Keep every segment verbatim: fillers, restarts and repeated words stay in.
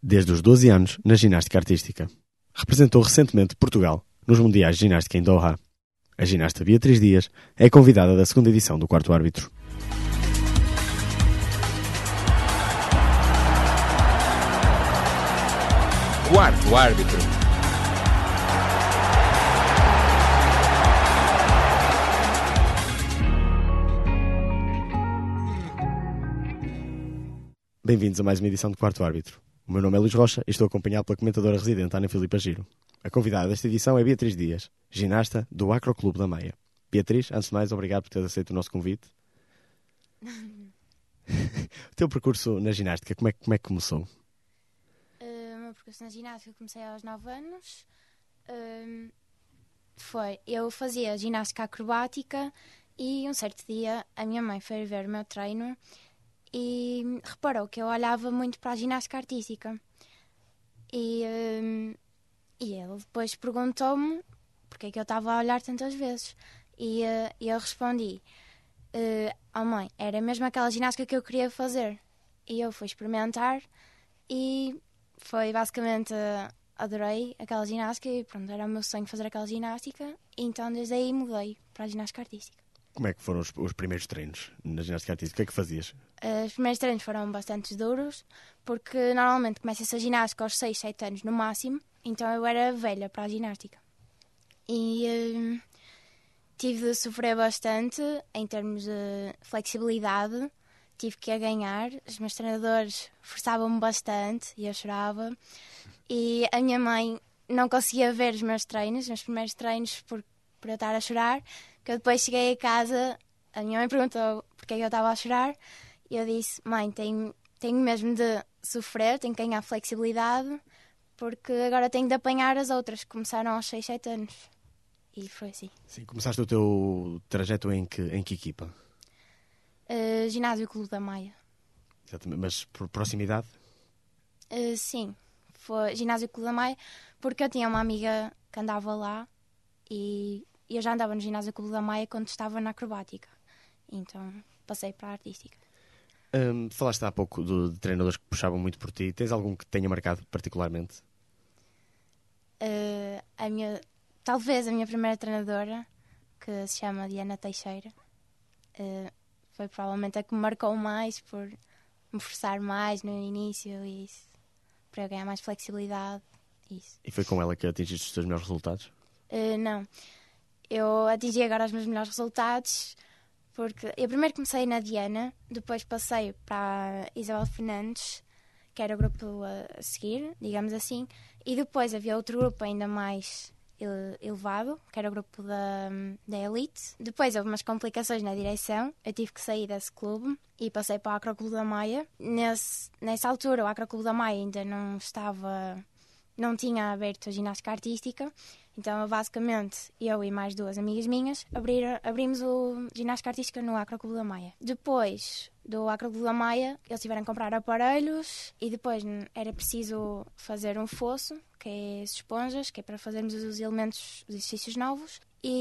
desde os doze anos na ginástica artística. Representou recentemente Portugal nos Mundiais de Ginástica em Doha. A ginasta Beatriz Dias é convidada da segunda edição do Quarto Árbitro. Quarto Árbitro. Bem-vindos a mais uma edição do Quarto Árbitro. O meu nome é Luís Rocha e estou acompanhado pela comentadora residente Ana Filipa Giro. A convidada desta edição é Beatriz Dias, ginasta do Acroclube da Maia. Beatriz, antes de mais, obrigado por teres aceito o nosso convite. O teu percurso na ginástica, como é, como é que começou? Uh, o meu percurso na ginástica comecei aos nove anos. Uh, foi, eu fazia ginástica acrobática e um certo dia a minha mãe foi ver o meu treino e reparou que eu olhava muito para a ginástica artística. E, uh, e ele depois perguntou-me porque é que eu estava a olhar tantas vezes. E uh, eu respondi, uh, oh mãe, era mesmo aquela ginástica que eu queria fazer. E eu fui experimentar e foi basicamente, uh, adorei aquela ginástica e pronto, era o meu sonho fazer aquela ginástica. E então desde aí mudei para a ginástica artística. Como é que foram os, os primeiros treinos na ginástica artística? O que é que fazias? Uh, os primeiros treinos foram bastante duros, porque normalmente começa-se a ginástica aos seis, sete anos no máximo, então eu era velha para a ginástica. E uh, tive de sofrer bastante em termos de flexibilidade, tive que a ganhar, os meus treinadores forçavam-me bastante e eu chorava. E a minha mãe não conseguia ver os meus treinos, os meus primeiros treinos, por, por eu estar a chorar, que eu depois cheguei a casa, a minha mãe perguntou porque é que eu estava a chorar, e eu disse, mãe, tenho, tenho mesmo de sofrer, tenho que ganhar flexibilidade, porque agora tenho de apanhar as outras, que começaram aos seis, sete anos. E foi assim. Sim, começaste o teu trajeto em que, em que equipa? Uh, ginásio Clube da Maia. Exatamente, mas por proximidade? Uh, sim, foi ginásio Clube da Maia, porque eu tinha uma amiga que andava lá e eu já andava no ginásio Clube da Maia quando estava na acrobática. Então passei para a artística. Hum, falaste há pouco de, de treinadores que puxavam muito por ti. Tens algum que te tenha marcado particularmente? Uh, a minha, talvez a minha primeira treinadora, que se chama Diana Teixeira, uh, foi provavelmente a que me marcou mais por me forçar mais no início e isso, para eu ganhar mais flexibilidade. Isso. E foi com ela que atingiste os teus melhores resultados? Uh, não. Eu atingi agora os meus melhores resultados porque eu primeiro comecei na Diana, depois passei para a Isabel Fernandes, que era o grupo a seguir, digamos assim, e depois havia outro grupo ainda mais elevado, que era o grupo da, da Elite. Depois houve umas complicações na direção, eu tive que sair desse clube e passei para o Acroclube da Maia. Nesse, nessa altura o Acroclube da Maia ainda não estava, não tinha aberto a ginástica artística. Então, basicamente, eu e mais duas amigas minhas abrir, abrimos o ginástica artística no Acroclube da Maia. Depois do Acroclube da Maia, eles tiveram que comprar aparelhos e depois era preciso fazer um fosso, que é esponjas, que é para fazermos os elementos, os exercícios novos.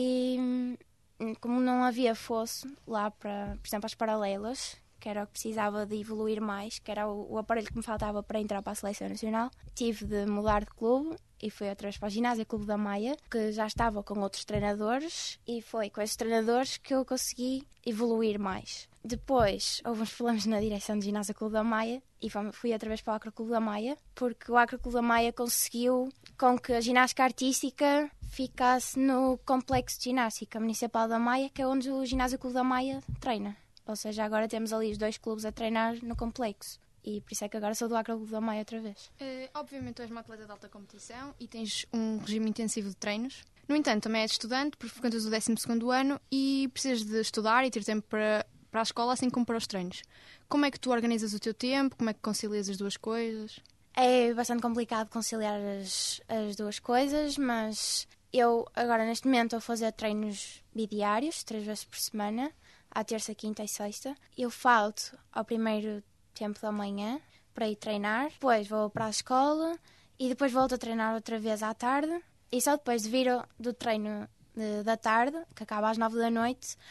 E como não havia fosso lá para, por exemplo, as paralelas, que era o que precisava de evoluir mais, que era o, o aparelho que me faltava para entrar para a Seleção Nacional, tive de mudar de clube e fui outra vez para a Ginásio Clube da Maia, que já estava com outros treinadores, e foi com esses treinadores que eu consegui evoluir mais. Depois houve uns problemas na direção do Ginásio Clube da Maia e fui outra vez para o Acroclube da Maia, porque o Acroclube da Maia conseguiu com que a ginástica artística ficasse no Complexo de Ginástica Municipal da Maia, que é onde o Ginásio Clube da Maia treina. Ou seja, agora temos ali os dois clubes a treinar no complexo. E por isso é que agora sou do Acroclube da Maia outra vez. Uh, obviamente tu és uma atleta de alta competição e tens um regime intensivo de treinos. No entanto, também és estudante, porque frequentas o décimo segundo ano e precisas de estudar e ter tempo para, para a escola, assim como para os treinos. Como é que tu organizas o teu tempo? Como é que concilias as duas coisas? É bastante complicado conciliar as, as duas coisas, mas eu agora neste momento estou a fazer treinos bidiários, três vezes por semana, à terça, quinta e sexta. Eu falto ao primeiro tempo da manhã para ir treinar, depois vou para a escola e depois volto a treinar outra vez à tarde, e só depois de vir do treino de, da tarde, que acaba às nove da noite,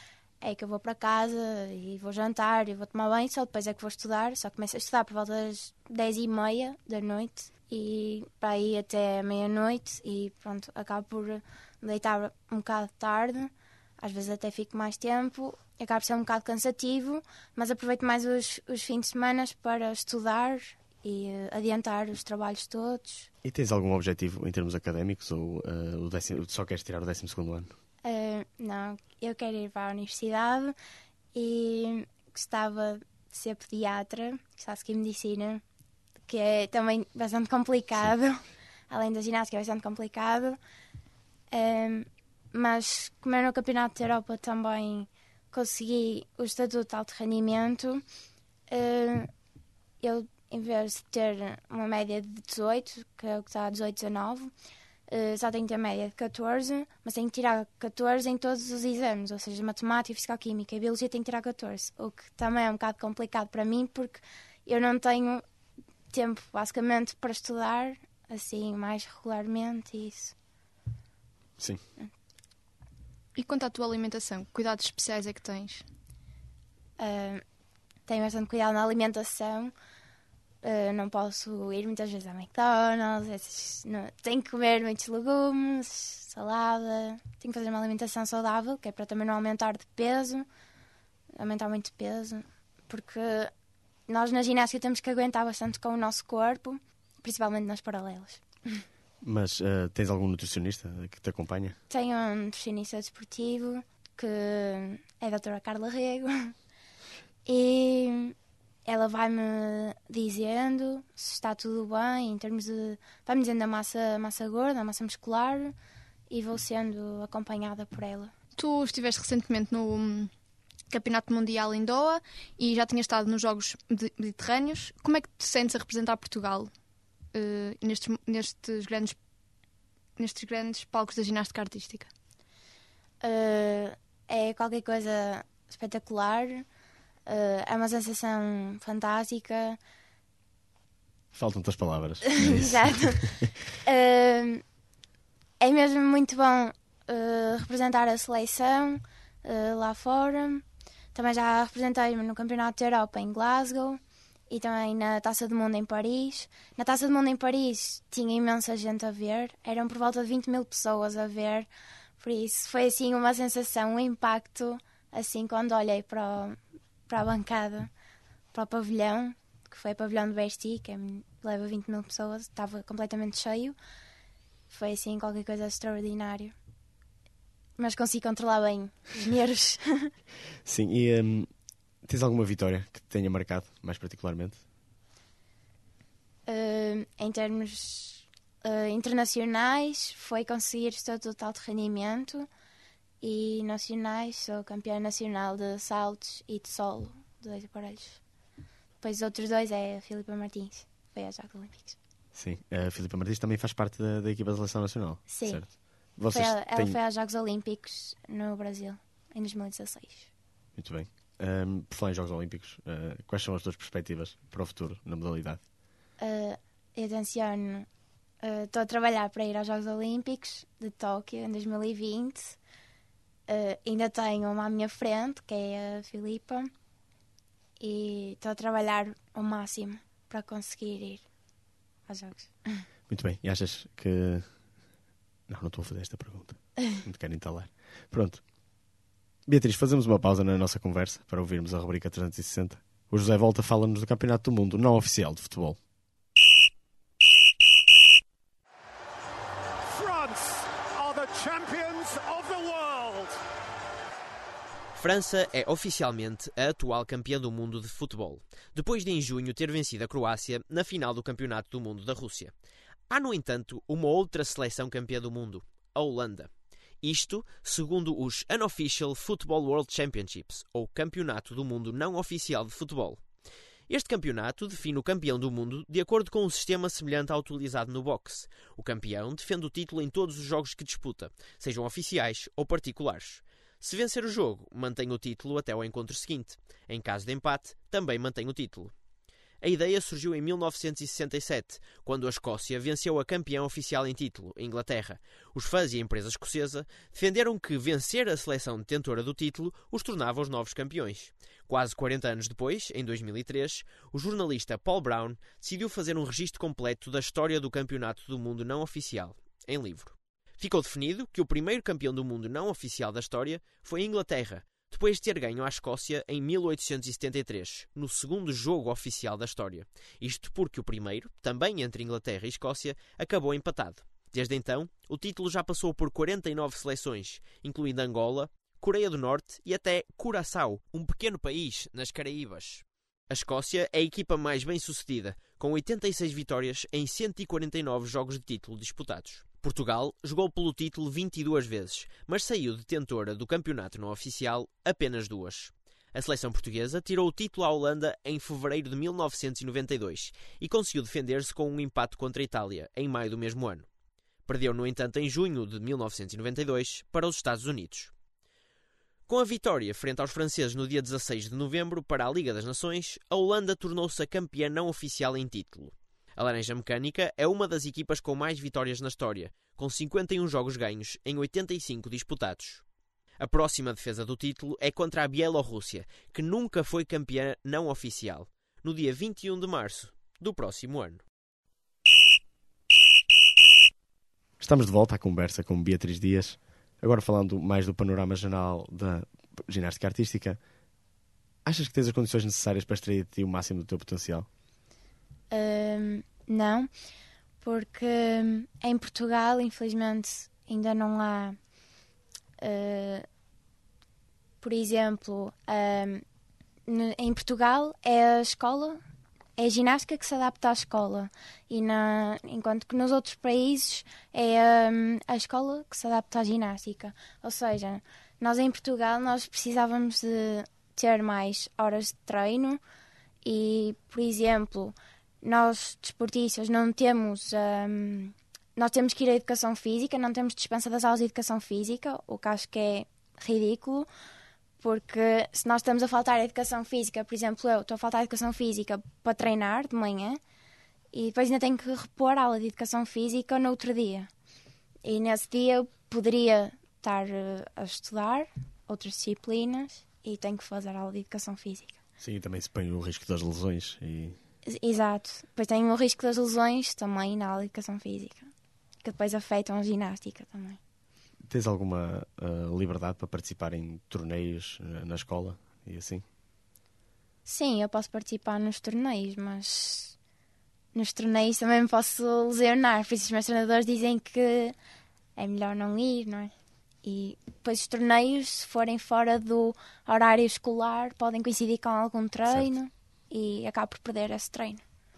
é que eu vou para casa e vou jantar e vou tomar banho, só depois é que vou estudar. Só começo a estudar por volta das dez e meia da noite e para ir até meia-noite e pronto, acabo por deitar um bocado tarde, às vezes até fico mais tempo, acaba por ser um bocado cansativo, mas aproveito mais os, os fins de semana para estudar e uh, adiantar os trabalhos todos. E tens algum objetivo em termos académicos ou uh, o décimo, só queres tirar o décimo segundo ano? Uh, não, eu quero ir para a universidade e gostava de ser pediatra, gostava de seguir medicina, que é também bastante complicado, sim. Além da ginástica é bastante complicado, um, mas como eu no Campeonato da Europa também consegui o estatuto de alto rendimento, uh, eu, em vez de ter uma média de dezoito, que é o que está a dezoito, dezanove, uh, só tenho que ter média de catorze, mas tenho que tirar catorze em todos os exames, ou seja, matemática, fisicoquímica e biologia tenho que tirar catorze, o que também é um bocado complicado para mim, porque eu não tenho tempo, basicamente, para estudar, assim, mais regularmente, isso. Sim. E quanto à tua alimentação, que cuidados especiais é que tens? Uh, tenho bastante cuidado na alimentação. Uh, não posso ir muitas vezes ao McDonald's. Esses, não, tenho que comer muitos legumes, salada. Tenho que fazer uma alimentação saudável, que é para também não aumentar de peso. Aumentar muito de peso. Porque nós na ginástica temos que aguentar bastante com o nosso corpo, principalmente nas paralelas. Mas uh, tens algum nutricionista que te acompanha? Tenho um nutricionista desportivo, que é a doutora Carla Rego, e ela vai-me dizendo se está tudo bem, em termos de... vai-me dizendo a massa, massa gorda, a massa muscular, e vou sendo acompanhada por ela. Tu estiveste recentemente no Campeonato Mundial em Doha e já tinhas estado nos Jogos Mediterrâneos. Como é que te sentes a representar Portugal uh, nestes, nestes, grandes, nestes grandes palcos da ginástica artística? Uh, é qualquer coisa espetacular, uh, é uma sensação fantástica. Faltam-te as palavras. Exato. uh, é mesmo muito bom uh, representar a seleção uh, lá fora. Também já representei-me no Campeonato da Europa em Glasgow e também na Taça do Mundo em Paris. Na Taça do Mundo em Paris tinha imensa gente a ver, eram por volta de vinte mil pessoas a ver, por isso foi assim uma sensação, um impacto, assim quando olhei para, o, para a bancada, para o pavilhão, que foi o pavilhão de Bercy, que é, leva vinte mil pessoas, estava completamente cheio, foi assim qualquer coisa extraordinária. Mas consigo controlar bem os nervos. Sim, e um, tens alguma vitória que te tenha marcado, mais particularmente? Uh, em termos uh, internacionais, foi conseguir estatuto de alto rendimento, e nacionais, sou campeã nacional de saltos e de solo, de dois aparelhos. Depois os outros dois é a Filipa Martins, foi aos Jogos Olímpicos. Sim, a Filipa Martins também faz parte da, da equipa da Seleção Nacional. Sim. Certo? Vocês foi, ela têm... foi aos Jogos Olímpicos no Brasil, em dois mil e dezasseis. Muito bem. Um, por falar em Jogos Olímpicos, uh, quais são as tuas perspectivas para o futuro na modalidade? Uh, eu tenciono, estou uh, a trabalhar para ir aos Jogos Olímpicos de Tóquio em dois mil e vinte. Uh, ainda tenho uma à minha frente, que é a Filipa, e estou a trabalhar ao máximo para conseguir ir aos Jogos. Muito bem. E achas que... Não, não estou a fazer esta pergunta. Não te quero entalar. Pronto. Beatriz, fazemos uma pausa na nossa conversa para ouvirmos a rubrica trezentos e sessenta. O José Volta fala-nos do Campeonato do Mundo não oficial de futebol. France are the champions of the world. França é oficialmente a atual campeã do mundo de futebol, depois de em junho ter vencido a Croácia na final do Campeonato do Mundo da Rússia. Há, no entanto, uma outra seleção campeã do mundo, a Holanda. Isto, segundo os Unofficial Football World Championships, ou Campeonato do Mundo Não Oficial de Futebol. Este campeonato define o campeão do mundo de acordo com um sistema semelhante ao utilizado no boxe. O campeão defende o título em todos os jogos que disputa, sejam oficiais ou particulares. Se vencer o jogo, mantém o título até ao encontro seguinte. Em caso de empate, também mantém o título. A ideia surgiu em mil novecentos e sessenta e sete, quando a Escócia venceu a campeã oficial em título, a Inglaterra. Os fãs e a empresa escocesa defenderam que vencer a seleção detentora do título os tornava os novos campeões. Quase quarenta anos depois, em dois mil e três, o jornalista Paul Brown decidiu fazer um registro completo da história do Campeonato do Mundo não oficial, em livro. Ficou definido que o primeiro campeão do mundo não oficial da história foi a Inglaterra, depois de ter ganho à Escócia em mil oitocentos e setenta e três, no segundo jogo oficial da história. Isto porque o primeiro, também entre Inglaterra e Escócia, acabou empatado. Desde então, o título já passou por quarenta e nove seleções, incluindo Angola, Coreia do Norte e até Curaçao, um pequeno país nas Caraíbas. A Escócia é a equipa mais bem-sucedida, com oitenta e seis vitórias em cento e quarenta e nove jogos de título disputados. Portugal jogou pelo título vinte e duas vezes, mas saiu detentora do campeonato não oficial apenas duas. A seleção portuguesa tirou o título à Holanda em fevereiro de mil novecentos e noventa e dois e conseguiu defender-se com um empate contra a Itália, em maio do mesmo ano. Perdeu, no entanto, em junho de mil novecentos e noventa e dois para os Estados Unidos. Com a vitória frente aos franceses no dia dezasseis de novembro para a Liga das Nações, a Holanda tornou-se a campeã não oficial em título. A Laranja Mecânica é uma das equipas com mais vitórias na história, com cinquenta e um jogos ganhos em oitenta e cinco disputados. A próxima defesa do título é contra a Bielorrússia, que nunca foi campeã não oficial, no dia vinte e um de março do próximo ano. Estamos de volta à conversa com Beatriz Dias. Agora falando mais do panorama geral da ginástica artística, achas que tens as condições necessárias para extrair de ti o máximo do teu potencial? Um, não, porque um, em Portugal, infelizmente, ainda não há, uh, por exemplo, um, no, em Portugal é a escola, é a ginástica que se adapta à escola, e na, enquanto que nos outros países é um, a escola que se adapta à ginástica. Ou seja, nós em Portugal nós precisávamos de ter mais horas de treino e, por exemplo, nós, desportistas, não temos, um, nós temos que ir à educação física, não temos dispensa das aulas de educação física, o que acho que é ridículo, porque se nós estamos a faltar à educação física, por exemplo, eu estou a faltar à educação física para treinar de manhã e depois ainda tenho que repor a aula de educação física no outro dia. E nesse dia eu poderia estar a estudar outras disciplinas e tenho que fazer a aula de educação física. Sim, também se põe o risco das lesões e... Exato. Depois tem o risco das lesões também na aula de educação física, que depois afetam a ginástica também. Tens alguma uh, liberdade para participar em torneios uh, na escola e assim? Sim, eu posso participar nos torneios, mas nos torneios também me posso lesionar. Por isso os meus treinadores dizem que é melhor não ir, não é? E depois os torneios, se forem fora do horário escolar, podem coincidir com algum treino. Certo. E acabo por perder esse treino.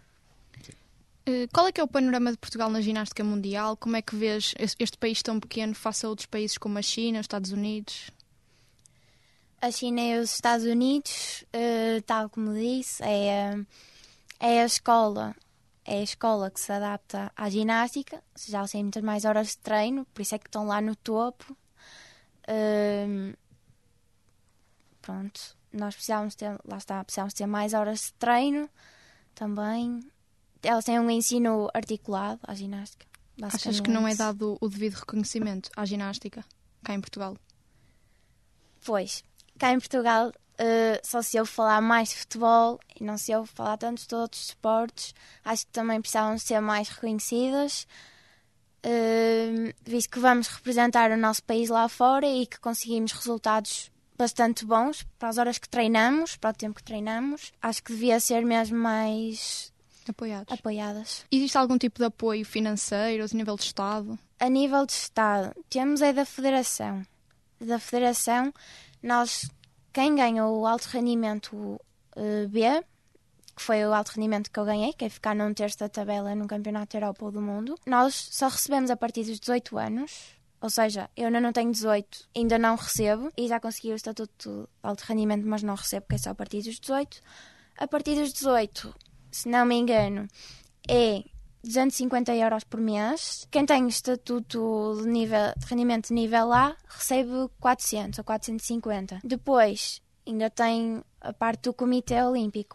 Uh, qual é que é o panorama de Portugal na ginástica mundial? Como é que vês este país tão pequeno face a outros países como a China, os Estados Unidos? A China e os Estados Unidos, uh, tal como disse, é, é a escola, é a escola que se adapta à ginástica, já eles têm muitas mais horas de treino, por isso é que estão lá no topo. Uh, pronto. Nós precisávamos ter, lá está, precisávamos ter mais horas de treino também. Elas têm um ensino articulado à ginástica. Achas que não é dado o devido reconhecimento à ginástica cá em Portugal? Pois, cá em Portugal uh, só se eu falar mais de futebol e não se eu falar tanto de outros esportes. Acho que também precisávamos ser mais reconhecidas, uh, visto que vamos representar o nosso país lá fora e que conseguimos resultados bastante bons para as horas que treinamos, para o tempo que treinamos. Acho que devia ser mesmo mais Apoiados. apoiadas. Existe algum tipo de apoio financeiro ou de nível de Estado? A nível de Estado, temos é da Federação. Da Federação, nós, quem ganha o alto rendimento uh, B, que foi o alto rendimento que eu ganhei, que é ficar num terço da tabela num campeonato da Europa ou do mundo, nós só recebemos a partir dos dezoito anos. Ou seja, eu ainda não tenho dezoito, ainda não recebo, e já consegui o estatuto de alto rendimento, mas não recebo, porque é só a partir dos dezoito. A partir dos dezoito, se não me engano, é duzentos e cinquenta euros por mês. Quem tem o estatuto de, nível, de rendimento de nível A recebe quatrocentos ou quatrocentos e cinquenta. Depois, ainda tem a parte do Comitê Olímpico.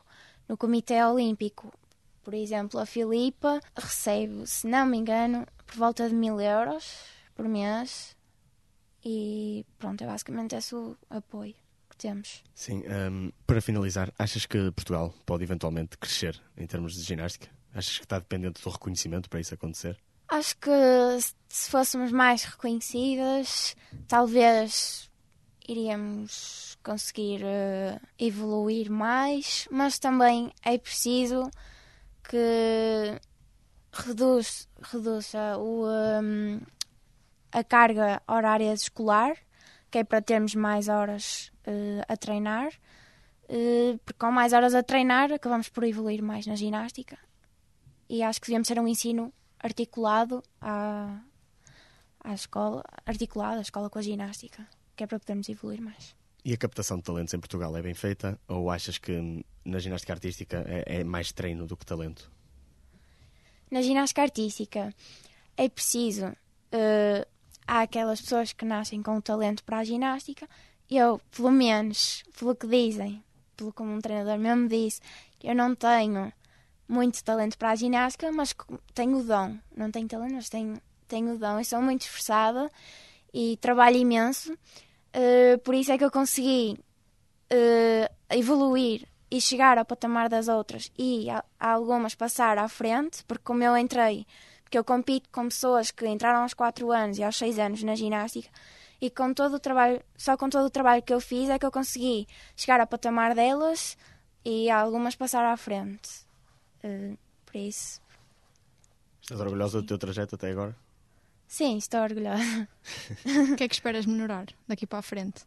no Comitê Olímpico. Por exemplo, a Filipa recebe, se não me engano, por volta de mil euros por mês. E pronto, é basicamente esse o apoio que temos. Sim, um, para finalizar, achas que Portugal pode eventualmente crescer em termos de ginástica? Achas que está dependente do reconhecimento para isso acontecer? Acho que se fôssemos mais reconhecidas, talvez iríamos conseguir uh, evoluir mais, mas também é preciso que reduz, reduza o, um, a carga horária escolar, que é para termos mais horas uh, a treinar, uh, porque com mais horas a treinar acabamos por evoluir mais na ginástica. E acho que devíamos ser um ensino articulado à, à escola, articulado a escola com a ginástica, que é para podermos evoluir mais. E a captação de talentos em Portugal é bem feita? Ou achas que na ginástica artística é, é mais treino do que talento? Na ginástica artística é preciso... Uh, há aquelas pessoas que nascem com o talento para a ginástica. Eu, pelo menos, pelo que dizem, pelo que um treinador mesmo disse, eu não tenho muito talento para a ginástica, mas tenho o dom. Não tenho talento, mas tenho, tenho o dom. Eu sou muito esforçada e trabalho imenso. Uh, por isso é que eu consegui uh, evoluir e chegar ao patamar das outras e a, a algumas passar à frente, porque como eu entrei, porque eu compito com pessoas que entraram aos quatro anos e aos seis anos na ginástica, e com todo o trabalho, só com todo o trabalho que eu fiz é que eu consegui chegar ao patamar delas e algumas passar à frente. Uh, por isso... Estás orgulhosa do teu trajeto até agora? Sim, estou orgulhosa. O que é que esperas melhorar daqui para a frente?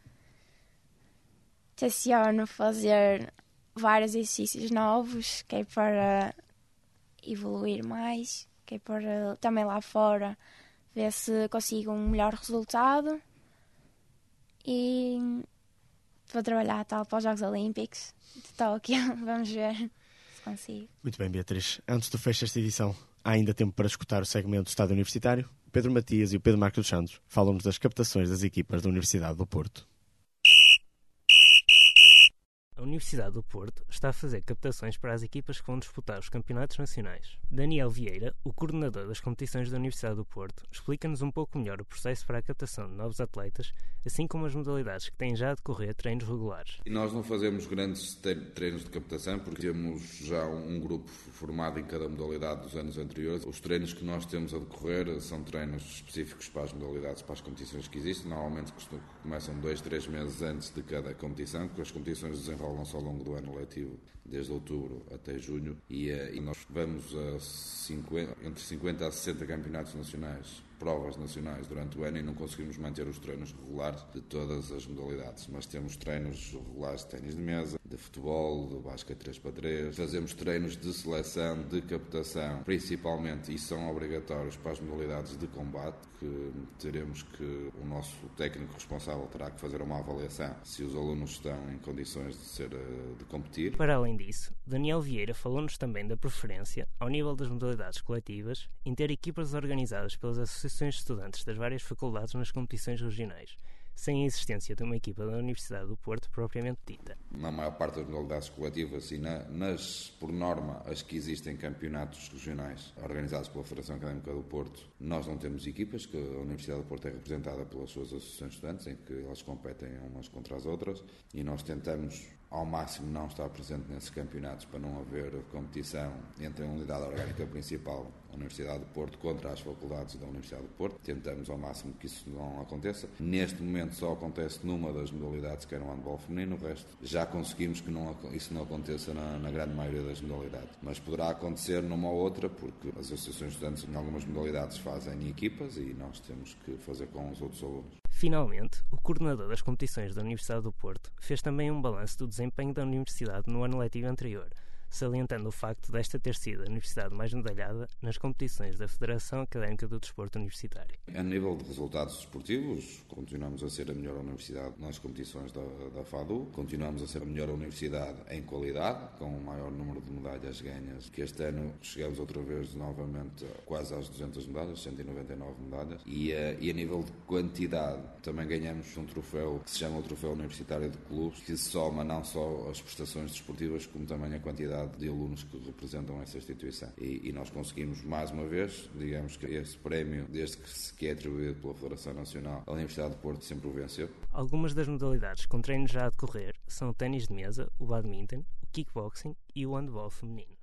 Tenciono fazer vários exercícios novos, que é para evoluir mais, que é para também lá fora ver se consigo um melhor resultado e vou trabalhar tal para os Jogos Olímpicos de Tóquio. Vamos ver se consigo. Muito bem, Beatriz. Antes do fecho desta edição, há ainda tempo para escutar o segmento do Estado Universitário. O Pedro Matias e o Pedro Marcos dos Santos falam-nos das captações das equipas da Universidade do Porto. A Universidade do Porto está a fazer captações para as equipas que vão disputar os campeonatos nacionais. Daniel Vieira, o coordenador das competições da Universidade do Porto, explica-nos um pouco melhor o processo para a captação de novos atletas, assim como as modalidades que têm já a decorrer treinos regulares. E nós não fazemos grandes treinos de captação porque temos já um grupo formado em cada modalidade dos anos anteriores. Os treinos que nós temos a decorrer são treinos específicos para as modalidades, para as competições que existem. Normalmente começam dois, três meses antes de cada competição, porque as competições desenrolam-se ao longo do ano letivo, desde outubro até junho, e, e nós vamos a cinquenta, entre cinquenta a sessenta campeonatos nacionais, provas nacionais durante o ano, e não conseguimos manter os treinos regulares de todas as modalidades, mas temos treinos regulares de ténis de mesa, de futebol, de basquete três para três, fazemos treinos de seleção, de captação, principalmente, e são obrigatórios para as modalidades de combate, que teremos que, o nosso técnico responsável terá que fazer uma avaliação se os alunos estão em condições de, ser, de competir. Para além disso, Daniel Vieira falou-nos também da preferência, ao nível das modalidades coletivas, em ter equipas organizadas pelas associações de estudantes das várias faculdades nas competições regionais, sem a existência de uma equipa da Universidade do Porto propriamente dita. Na maior parte das modalidades coletivas e na, nas, por norma, as que existem campeonatos regionais organizados pela Federação Académica do Porto, nós não temos equipas, que a Universidade do Porto é representada pelas suas associações de estudantes, em que elas competem umas contra as outras, e nós tentamos ao máximo não estar presente nesses campeonatos para não haver competição entre a unidade orgânica principal, a Universidade do Porto, contra as faculdades da Universidade do Porto. Tentamos ao máximo que isso não aconteça. Neste momento só acontece numa das modalidades, que era o handball feminino. O resto já conseguimos que não, isso não aconteça na, na grande maioria das modalidades. Mas poderá acontecer numa ou outra, porque as associações de estudantes em algumas modalidades fazem equipas e nós temos que fazer com os outros alunos. Finalmente, o coordenador das competições da Universidade do Porto fez também um balanço do desempenho da Universidade no ano letivo anterior, salientando o facto desta ter sido a universidade mais medalhada nas competições da Federação Académica do Desporto Universitário. A nível de resultados desportivos, continuamos a ser a melhor universidade nas competições da, da FADU, continuamos a ser a melhor universidade em qualidade, com o maior número de medalhas ganhas, que este ano chegamos outra vez novamente quase às duzentas medalhas, cento e noventa e nove medalhas, e, uh, e a nível de quantidade também ganhamos um troféu que se chama o Troféu Universitário de Clubes, que soma não só as prestações desportivas, como também a quantidade de alunos que representam essa instituição. E, e nós conseguimos, mais uma vez, digamos que esse prémio, desde que, se, que é atribuído pela Federação Nacional, a Universidade de Porto sempre o venceu. Algumas das modalidades com treinos já a decorrer são o ténis de mesa, o badminton, o kickboxing e o handball feminino.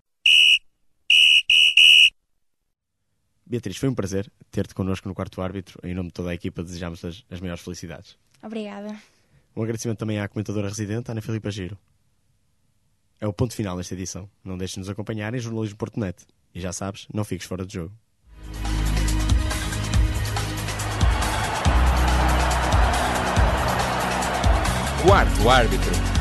Beatriz, foi um prazer ter-te connosco no Quarto Árbitro. Em nome de toda a equipa, desejamos as, as maiores felicidades. Obrigada. Um agradecimento também à comentadora residente, Ana Filipa Giro. É o ponto final desta edição. Não deixes de nos acompanhar em jornalismo ponto net. E já sabes, não fiques fora de jogo. Quarto Árbitro.